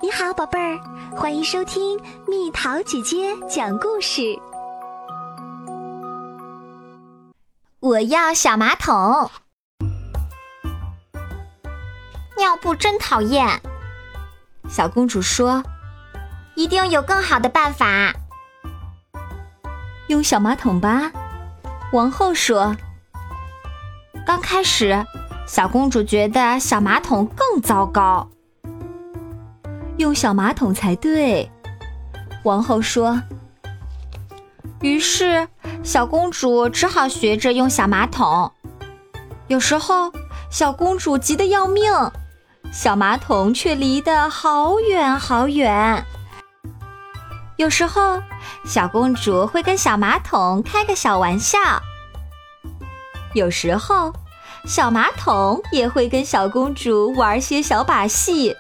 你好，宝贝儿，欢迎收听蜜桃姐姐讲故事。 我要小马桶。尿布真讨厌，小公主说，一定有更好的办法。 用小马桶吧，王后说。 刚开始，小公主觉得小马桶更糟糕。 用小马桶才对，王后说。 于是，小公主只好学着用小马桶。有时候，小公主急得要命，小马桶却离得好远好远。有时候，小公主会跟小马桶开个小玩笑。有时候，小马桶也会跟小公主玩些小把戏。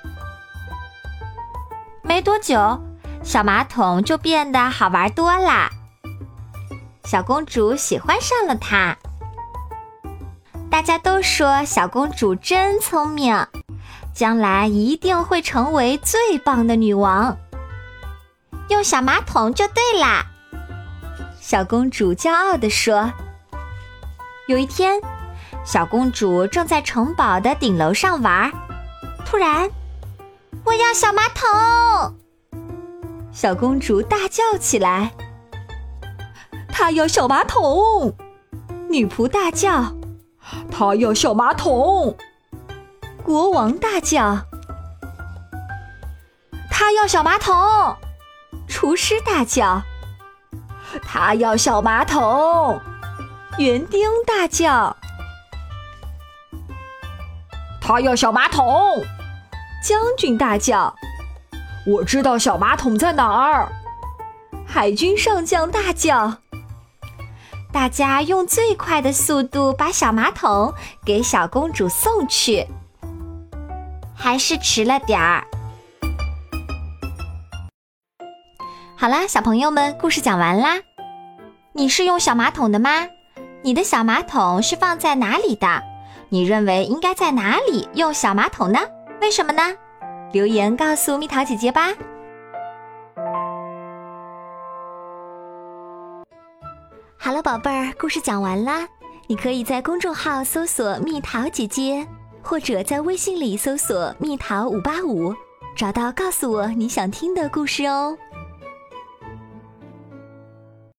没多久，小马桶就变得好玩多啦。小公主喜欢上了它。大家都说小公主真聪明，将来一定会成为最棒的女王。用小马桶就对啦，小公主骄傲地说。有一天，小公主正在城堡的顶楼上玩，突然，我要小马桶！小公主大叫起来。 她要小马桶！ 女仆大叫。 她要小马桶！ 国王大叫。她要小马桶！厨师大叫。 她要小马桶！ 园丁大叫。 她要小马桶！ 将军大叫。 我知道小马桶在哪儿！ 海军上将大叫。大家用最快的速度把小马桶给小公主送去，还是迟了点儿。好啦，小朋友们，故事讲完啦。你是用小马桶的吗？你的小马桶是放在哪里的？你认为应该在哪里用小马桶呢？为什么呢？留言告诉蜜桃姐姐吧。 好了，宝贝儿，故事讲完啦。你可以在公众号搜索蜜桃姐姐，或者在微信里搜索蜜桃585，找到告诉我你想听的故事哦。